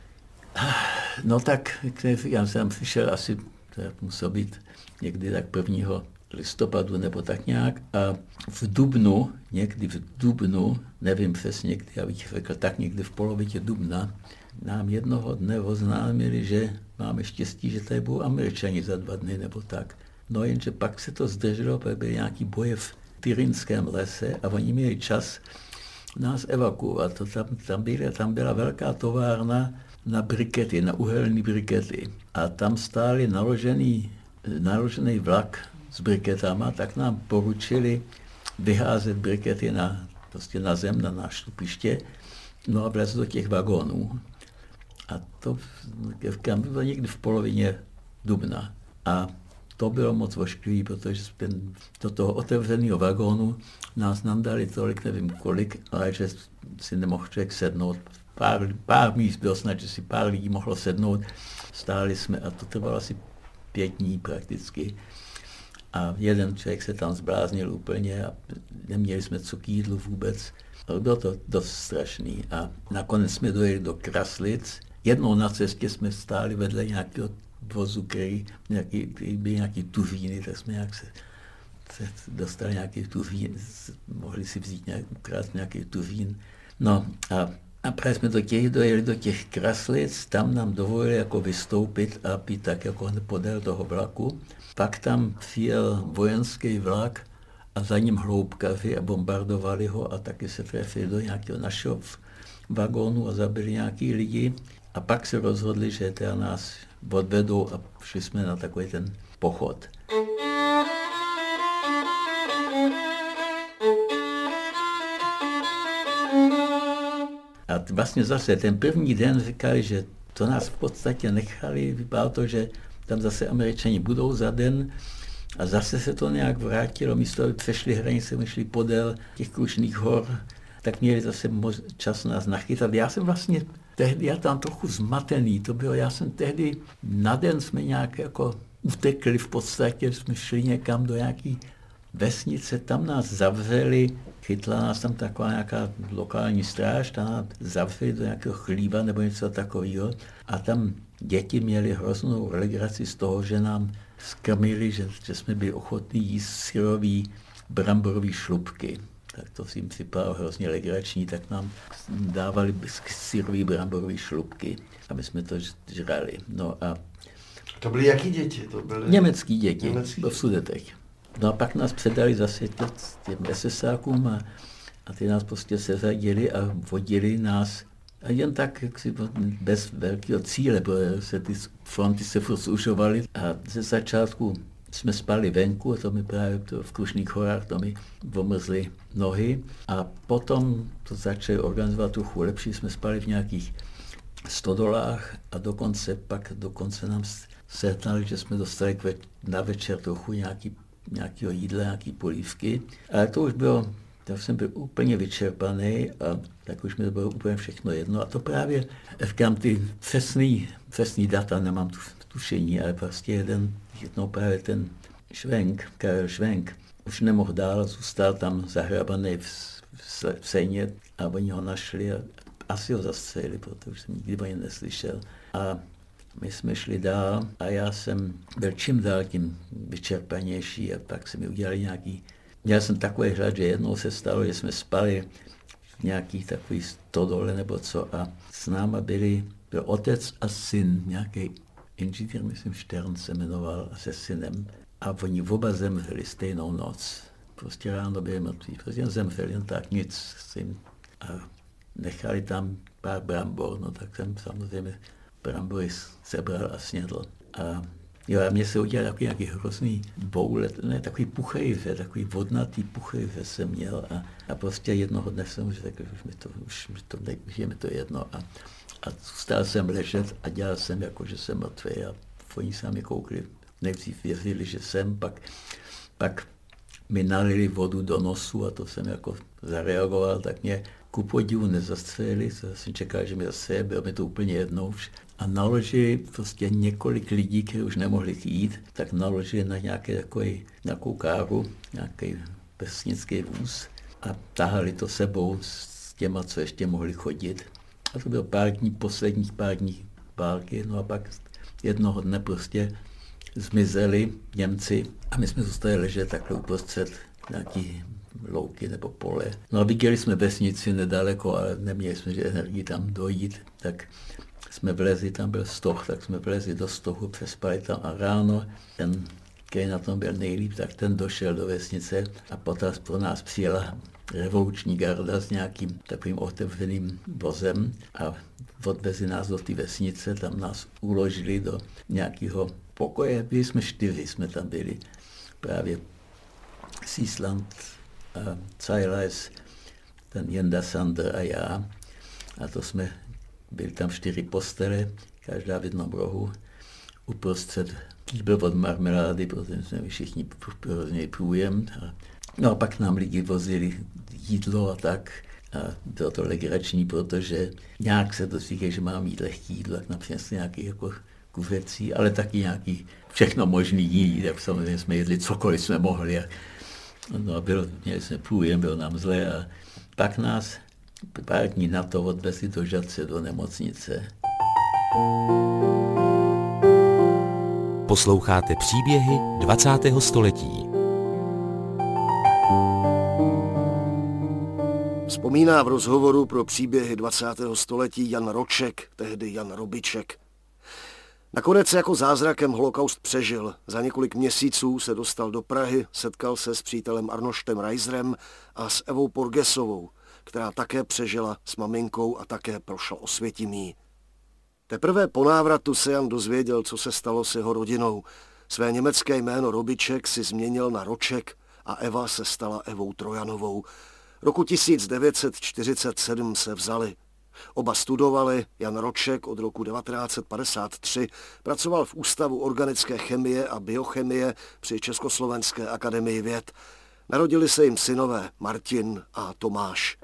No tak, já jsem přišel asi, to muselo být někdy tak prvního listopadu nebo tak nějak a v dubnu, někdy v dubnu, nevím přesně, kdy, abych řekl, tak někdy v polovině dubna, nám jednoho dne oznámili, že máme štěstí, že tady budou Američani za dva dny nebo tak. No jenže pak se to zdrželo, pak byly nějaký boje v Tyrynském lese a oni měli čas nás evakuovat. To tam, tam, byla, tam byla velká továrna na brikety, na uhelné brikety. A tam stáli naložený, naložený vlak s briketama, tak nám poručili vyházet brikety na, prostě na zem, na náš stupiště, no a vlez do těch vagónů. A to bylo někdy v polovině dubna. A to bylo moc ošklivý, protože ten, do toho otevřeného vagónu nás nám dali tolik, nevím kolik, ale že si nemohl člověk sednout. Pár, pár míst bylo snad, že si pár lidí mohlo sednout. Stáli jsme a to trvalo asi pět dní prakticky. A jeden člověk se tam zbláznil úplně a neměli jsme co k jídlu vůbec. Ale bylo to dost strašný. A nakonec jsme dojeli do Kraslic. Jednou na cestě jsme stáli vedle nějakého vozu, který nějaký, byly nějaký tuříny, tak jsme nějak se, se dostali nějaký tuřín, mohli si vzít nějak, ukrást nějaký tuřín. No a, a právě jsme do těch dojeli do těch Kraslic, tam nám dovolili jako vystoupit a pít tak jako podél toho vlaku. Pak tam přijel vojenský vlak a za ním hloubkaři a bombardovali ho a taky se trefili do nějakého našeho vagónu a zabili nějaký lidi. A pak se rozhodli, že teda nás odvedou a šli jsme na takový ten pochod. A vlastně zase ten první den říkali, že to nás v podstatě nechali, vypadalo to, že tam zase Američani budou za den a zase se to nějak vrátilo, místo aby přešli hranice, my šli podél těch Krušných hor, tak měli zase čas nás nachytat. Já jsem vlastně tehdy, já tam trochu zmatený, to bylo, já jsem tehdy na den jsme nějak jako utekli v podstatě, jsme šli někam do nějaký vesnice, tam nás zavřeli, chytla nás tam taková nějaká lokální stráž, tam nás zavřeli do nějakého chlíva nebo něco takového a tam děti měly hroznou legraci z toho, že nám skrmili, že, že jsme byli ochotní jíst syrový bramborový šlupky. Tak to si jim připadalo hrozně legrační, tak nám dávali syrový bramborový šlupky a my jsme to žrali. No a to byly jaký děti? To byly německý děti, německý. v Sudetech. No a pak nás předali zase těm esesákům a, a ty nás prostě seřadili a vodili nás a jen tak, jaksi bez velkého cíle, protože se ty fronty se furt zužovaly a ze začátku jsme spali venku, a to mi právě to v Krušných horách, to mi omrzly nohy a potom to začali organizovat trochu lepší, jsme spali v nějakých stodolách a dokonce pak dokonce nám sehnali, že jsme dostali na večer trochu nějaký, nějakého jídla, nějaký polívky, ale to už bylo, tak jsem byl úplně vyčerpaný a tak už mi to bylo úplně všechno jedno. A to právě, říkám, ty přesný, přesný data, nemám tu tušení, ale prostě jeden, jednou právě ten Švenk, Karel Švenk, už nemohl dál, zůstal tam zahrabaný v, v, v sejně a oni ho našli a asi ho zastřelili, protože jsem nikdy o něm neslyšel. A my jsme šli dál a já jsem byl čím dál tím vyčerpanější a pak se mi udělali nějaký. Měl jsem takový hlad, že jednou se stalo, že jsme spali v nějakých takových stodole nebo co a s náma byli, byl otec a syn, nějaký inženýr, myslím Štern se jmenoval, a se synem. A oni oba zemřeli stejnou noc. Prostě ráno byli mrtví, prostě zemřeli jen tak, nic s tím. A nechali tam pár brambor, no tak jsem samozřejmě brambory sebral a snědl. A jo, a mně se udělal takový nějaký hrozný boulet, ne, takový puchejře, takový vodnatý puchejře jsem měl a, a prostě jednoho dne jsem už řekl, že už mi to, už mi to, ne, už je mi to jedno a, a zůstal jsem ležet a dělal jsem jako, že jsem mrtvý a oni se mi koukli, nejdřív věřili, že jsem, pak, pak mi nalili vodu do nosu a to jsem jako zareagoval, tak mě ku podivu nezastřelili, jsem čekal, že mi zastřelili, bylo mi to úplně jedno už. A naložili prostě několik lidí, kteří už nemohli jít, tak naložili na nějaké takový, nějakou káru, nějaký vesnický vůz a tahali to sebou s těma, co ještě mohli chodit. A to bylo pár dní, posledních pár dní války, no a pak jednoho dne prostě zmizeli Němci a my jsme zůstali ležet takhle uprostřed nějaký louky nebo pole. No a viděli jsme vesnici nedaleko, ale neměli jsme že energii tam dojít, tak jsme vlezli, tam byl stoh, tak jsme vlezli do stohu, přespali tam a ráno ten, který na tom byl nejlíp, tak ten došel do vesnice a potom pro nás přijela revoluční garda s nějakým takovým otevřeným vozem a odvezli nás do té vesnice, tam nás uložili do nějakého pokoje, byli jsme čtyři, jsme tam byli, právě Sísland, Cajlajs, ten Jenda Sander a já a to jsme byli tam čtyři postele, každá v jednom rohu, uprostřed kýbl od marmelády, protože jsme všichni hrozně průjem. No a pak nám lidi vozili jídlo a tak. A bylo to legrační, protože nějak se to říká, že mám jít lehký jídlo, tak například nějaký jako kuřecí, ale taky nějaký všechno možný jídlo, tak samozřejmě jsme jedli cokoliv jsme mohli. A, no a bylo, měli jsme průjem, bylo nám zle a pak nás pár dní na to odvezli do Žatce, do nemocnice. Posloucháte příběhy dvacátého století. Vzpomíná v rozhovoru pro příběhy dvacátého století Jan Roček, tehdy Jan Robiček. Nakonec jako zázrakem holokaust přežil. Za několik měsíců se dostal do Prahy, setkal se s přítelem Arnoštem Reiserem a s Evou Porgesovou, která také přežila s maminkou a také prošla Osvětimí. Teprve po návratu se Jan dozvěděl, co se stalo s jeho rodinou. Své německé jméno Robiček si změnil na Roček a Eva se stala Evou Trojanovou. Roku tisíc devět set čtyřicet sedm se vzali. Oba studovali, Jan Roček od roku devatenáct set padesát tři pracoval v Ústavu organické chemie a biochemie při Československé akademii věd. Narodili se jim synové Martin a Tomáš.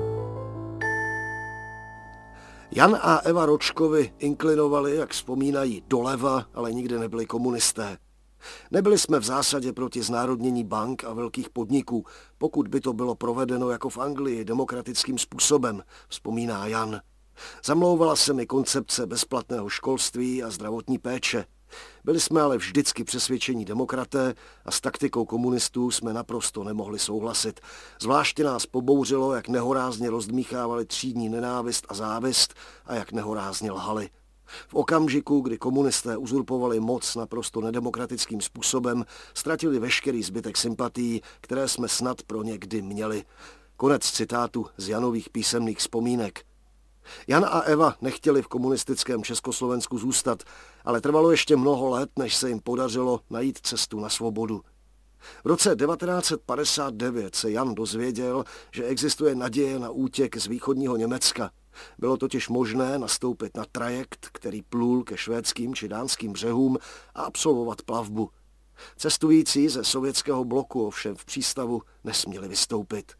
Jan a Eva Ročkovi inklinovali, jak vzpomínají, doleva, ale nikdy nebyli komunisté. Nebyli jsme v zásadě proti znárodnění bank a velkých podniků, pokud by to bylo provedeno jako v Anglii demokratickým způsobem, vzpomíná Jan. Zamlouvala se mi koncepce bezplatného školství a zdravotní péče. Byli jsme ale vždycky přesvědčení demokraté a s taktikou komunistů jsme naprosto nemohli souhlasit. Zvláště nás pobouřilo, jak nehorázně rozdmíchávali třídní nenávist a závist a jak nehorázně lhali. V okamžiku, kdy komunisté uzurpovali moc naprosto nedemokratickým způsobem, ztratili veškerý zbytek sympatií, které jsme snad pro ně kdy měli. Konec citátu z Janových písemných vzpomínek. Jan a Eva nechtěli v komunistickém Československu zůstat, ale trvalo ještě mnoho let, než se jim podařilo najít cestu na svobodu. V roce devatenáct set padesát devět se Jan dozvěděl, že existuje naděje na útěk z východního Německa. Bylo totiž možné nastoupit na trajekt, který plul ke švédským či dánským břehům a absolvovat plavbu. Cestující ze sovětského bloku ovšem v přístavu nesměli vystoupit.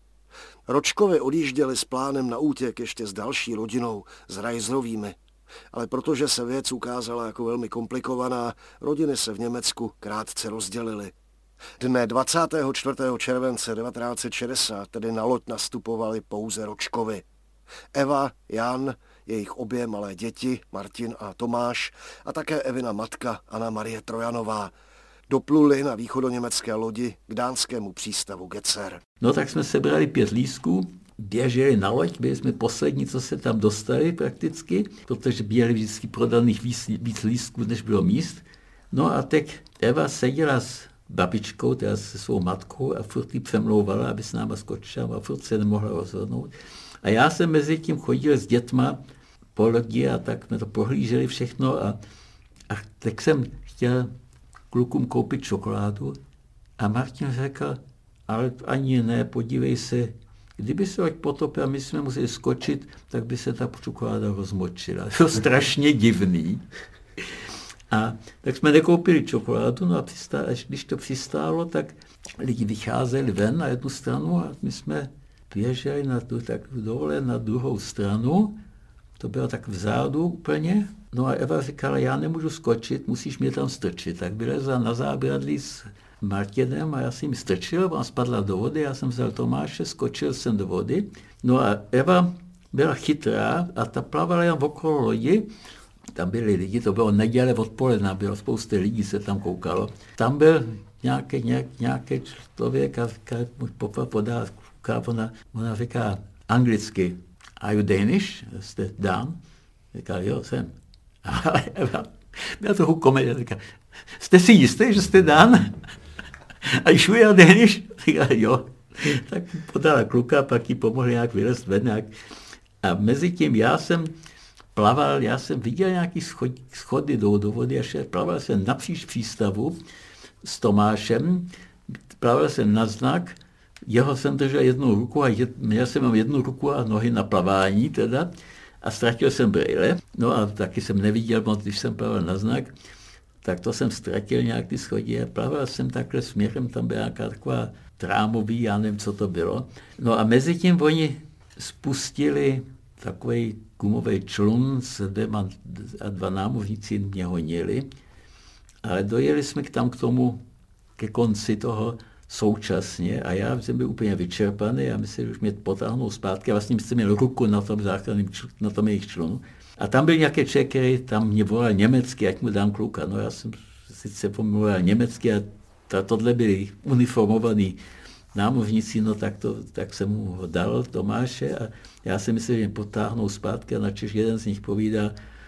Ročkovi odjížděli s plánem na útěk ještě s další rodinou, s Reisrovými. Ale protože se věc ukázala jako velmi komplikovaná, rodiny se v Německu krátce rozdělily. Dne dvacátého čtvrtého července devatenáct set šedesát tedy na loď nastupovali pouze Ročkovi. Eva, Jan, jejich obě malé děti, Martin a Tomáš, a také Evina matka Anna Marie Trojanová, dopluli na východoněmecké lodi k dánskému přístavu Getzer. No tak jsme sebrali pět lístků, běželi na loď, byli jsme poslední, co se tam dostali prakticky, protože byli vždycky prodaných víc, víc lístků, než bylo míst. No a teď Eva seděla s babičkou, teda se svou matkou a furt jí přemlouvala, aby s náma skočila a furt se nemohla rozhodnout. A já jsem mezi tím chodil s dětma po lodi a tak jsme to prohlíželi všechno a, a tak jsem chtěl klukům koupit čokoládu a Martin řekl, ale ani ne, podívej se, kdyby se hoď potopil a my jsme museli skočit, tak by se ta čokoláda rozmočila. To strašně divný. A tak jsme nekoupili čokoládu, no a přistá, až když to přistálo, tak lidi vycházeli ven na jednu stranu a my jsme běželi na tu, tak dole na druhou stranu, to bylo tak vzadu úplně, no a Eva říkala, já nemůžu skočit, musíš mě tam strčit. Tak vylezla na zábradlí s Martinem a já jsem ji strčil, ona spadla do vody, já jsem vzal Tomáše, skočil jsem do vody, no a Eva byla chytrá a ta plavala jen okolo lodi, tam byli lidi, to bylo neděle odpoledne, bylo spousta lidí, se tam koukalo. Tam byl nějaký, nějak, nějaký člověk a mu podá, ona, ona říká anglicky, are you Danish? Jste Dán? Říká, jo, jsem. Ale Eva měla trochu komedie, říká, jste si jistý, že jste Dán? A you are Danish? Říká, jo. Tak podala kluka, pak jí pomohli nějak vylezt ven. Nějak. A mezi tím já jsem plaval, já jsem viděl nějaký schody, schody do, do vody, až plaval jsem napříč přístavu s Tomášem, plaval jsem na znak, jeho jsem držel jednu ruku a jed, měl jsem mám jednu ruku a nohy na plavání teda a ztratil jsem brýle, no a taky jsem neviděl moc, když jsem plaval na znak, tak to jsem ztratil nějak ty schody a plaval jsem takhle směrem, tam byla nějaká taková trámový, já nevím, co to bylo. No a mezi tím oni spustili takový gumový člun s dvěma a dva námořníci mě honili, ale dojeli jsme k tam k tomu, ke konci toho současně a já jsem byl úplně vyčerpaný a myslím, že už mě potáhnou zpátky a vlastně jsem měl ruku na tom záchranném, na tom jejich člunu. A tam byl nějaký člověk, který tam mě volal německy, ať mu dám kluka. No já jsem sice pomluvil německy a tohle byli uniformovaní námořníci, no tak, to, tak jsem mu ho dal, Tomáše, a já si myslím, že mě potáhnou zpátky a načež jeden z nich povídá,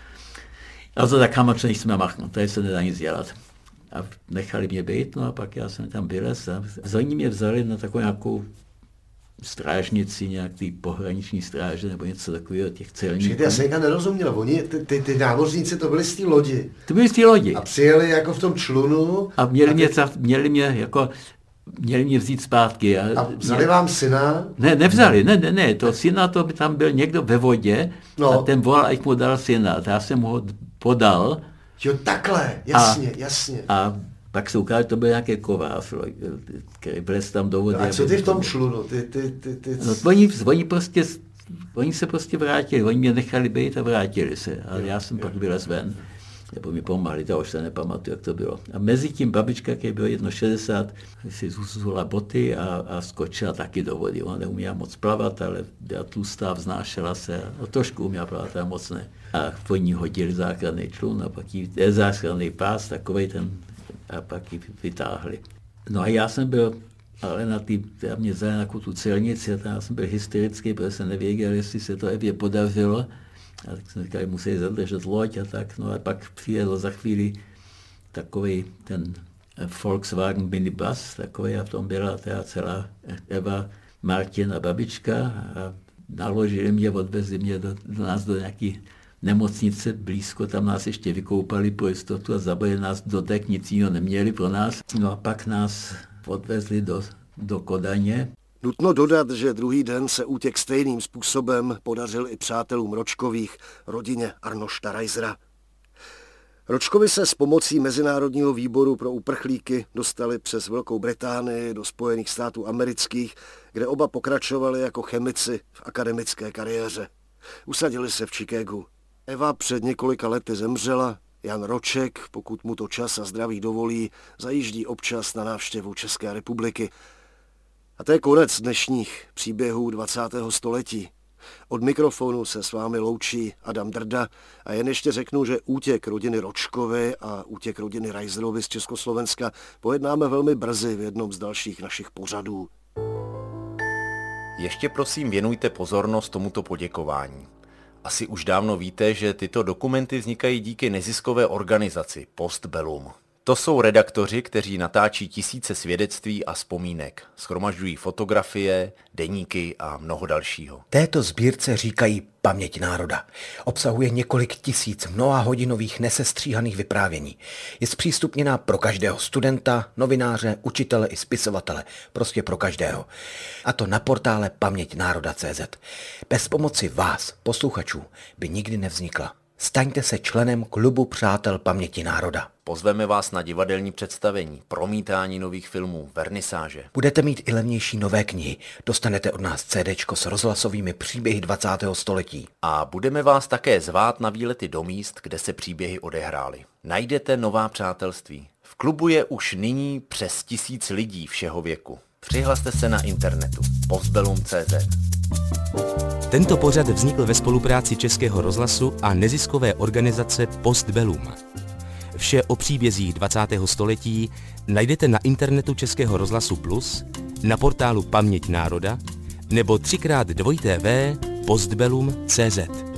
also da kann man schon nichts mehr machen, tady se nedá nic dělat. A nechali mě být, no a pak já jsem tam vylez a za ní mě vzali na takovou nějakou strážnici, nějaký pohraniční stráže nebo něco takového, těch celníků. Však já jsem nerozuměl, oni, ty, ty, ty námořníci, to byli z té lodi. To byli z té lodi. A přijeli jako v tom člunu. A měli, a ty... mě, měli mě jako měli mě vzít zpátky. A, a vzali vám syna? Ne, nevzali, ne, ne, ne, to syna, to by tam byl někdo ve vodě no. A ten volal, ať mu dal syna. A já jsem ho podal. Jo, takhle, jasně, a, jasně. A pak se ukázalo, že to byl nějaký kovář, který vlez tam do vody. No a co ty v tom člunu? Ty, ty, ty, ty... No, oni, oni, prostě, oni se prostě vrátili, oni mě nechali být a vrátili se. A já jsem jo. Pak vylez ven. Nebo mi pomáhali, to už se nepamatuju, jak to bylo. A mezi tím babička, který bylo jedno šedesát, si zuzula boty a, a skočila taky do vody. Ona neuměla moc plavat, ale byla tlustá, vznášela se a trošku uměla plavat, a moc ne. A oni hodili záchranný člun a pak jí záchranný pás, takovej ten, a pak ji vytáhli. No a já jsem byl, ale na tý, já mě vzali na tu celnici a já jsem byl hysterický, protože jsem nevěděl, jestli se to Evě podařilo. A tak jsem říkal, museli zadržet loď a tak, no a pak přijel za chvíli takový ten Volkswagen minibus, takový a v tom byla teda celá Eva, Martin a babička a naložili mě, odvezli mě do, do nás do nějaký nemocnice blízko, tam nás ještě vykoupali pro jistotu a zabili nás do dek, nic jiného neměli pro nás. No a pak nás odvezli do, do Kodaně. Nutno dodat, že druhý den se útěk stejným způsobem podařil i přátelům Ročkových, rodině Arnošta Reisera. Ročkovi se s pomocí Mezinárodního výboru pro uprchlíky dostali přes Velkou Británii do Spojených států amerických, kde oba pokračovali jako chemici v akademické kariéře. Usadili se v Chicagu. Eva před několika lety zemřela, Jan Roček, pokud mu to čas a zdraví dovolí, zajíždí občas na návštěvu České republiky. A to je konec dnešních příběhů dvacátého století. Od mikrofonu se s vámi loučí Adam Drda a jen ještě řeknu, že útěk rodiny Ročkovy a útěk rodiny Reiserovi z Československa pojednáme velmi brzy v jednom z dalších našich pořadů. Ještě prosím věnujte pozornost tomuto poděkování. Asi už dávno víte, že tyto dokumenty vznikají díky neziskové organizaci Postbellum. To jsou redaktoři, kteří natáčí tisíce svědectví a vzpomínek, shromažďují fotografie, deníky a mnoho dalšího. Této sbírce říkají Paměť národa. Obsahuje několik tisíc mnohahodinových nesestříhaných vyprávění. Je zpřístupněná pro každého studenta, novináře, učitele i spisovatele. Prostě pro každého. A to na portále paměť národa tečka cé zet. Bez pomoci vás, posluchačů, by nikdy nevznikla. Staňte se členem klubu přátel paměti národa. Pozveme vás na divadelní představení, promítání nových filmů, vernisáže. Budete mít i levnější nové knihy. Dostanete od nás cédéčko s rozhlasovými příběhy dvacátého století. A budeme vás také zvát na výlety do míst, kde se příběhy odehrály. Najdete nová přátelství. V klubu je už nyní přes tisíc lidí všeho věku. Přihlaste se na internetu postbellum tečka cé zet. Tento pořad vznikl ve spolupráci Českého rozhlasu a neziskové organizace Postbellum. Vše o příbězích dvacátého století najdete na internetu Českého rozhlasu Plus, na portálu Paměť národa nebo třikrát dvojité v postbellum tečka cé zet.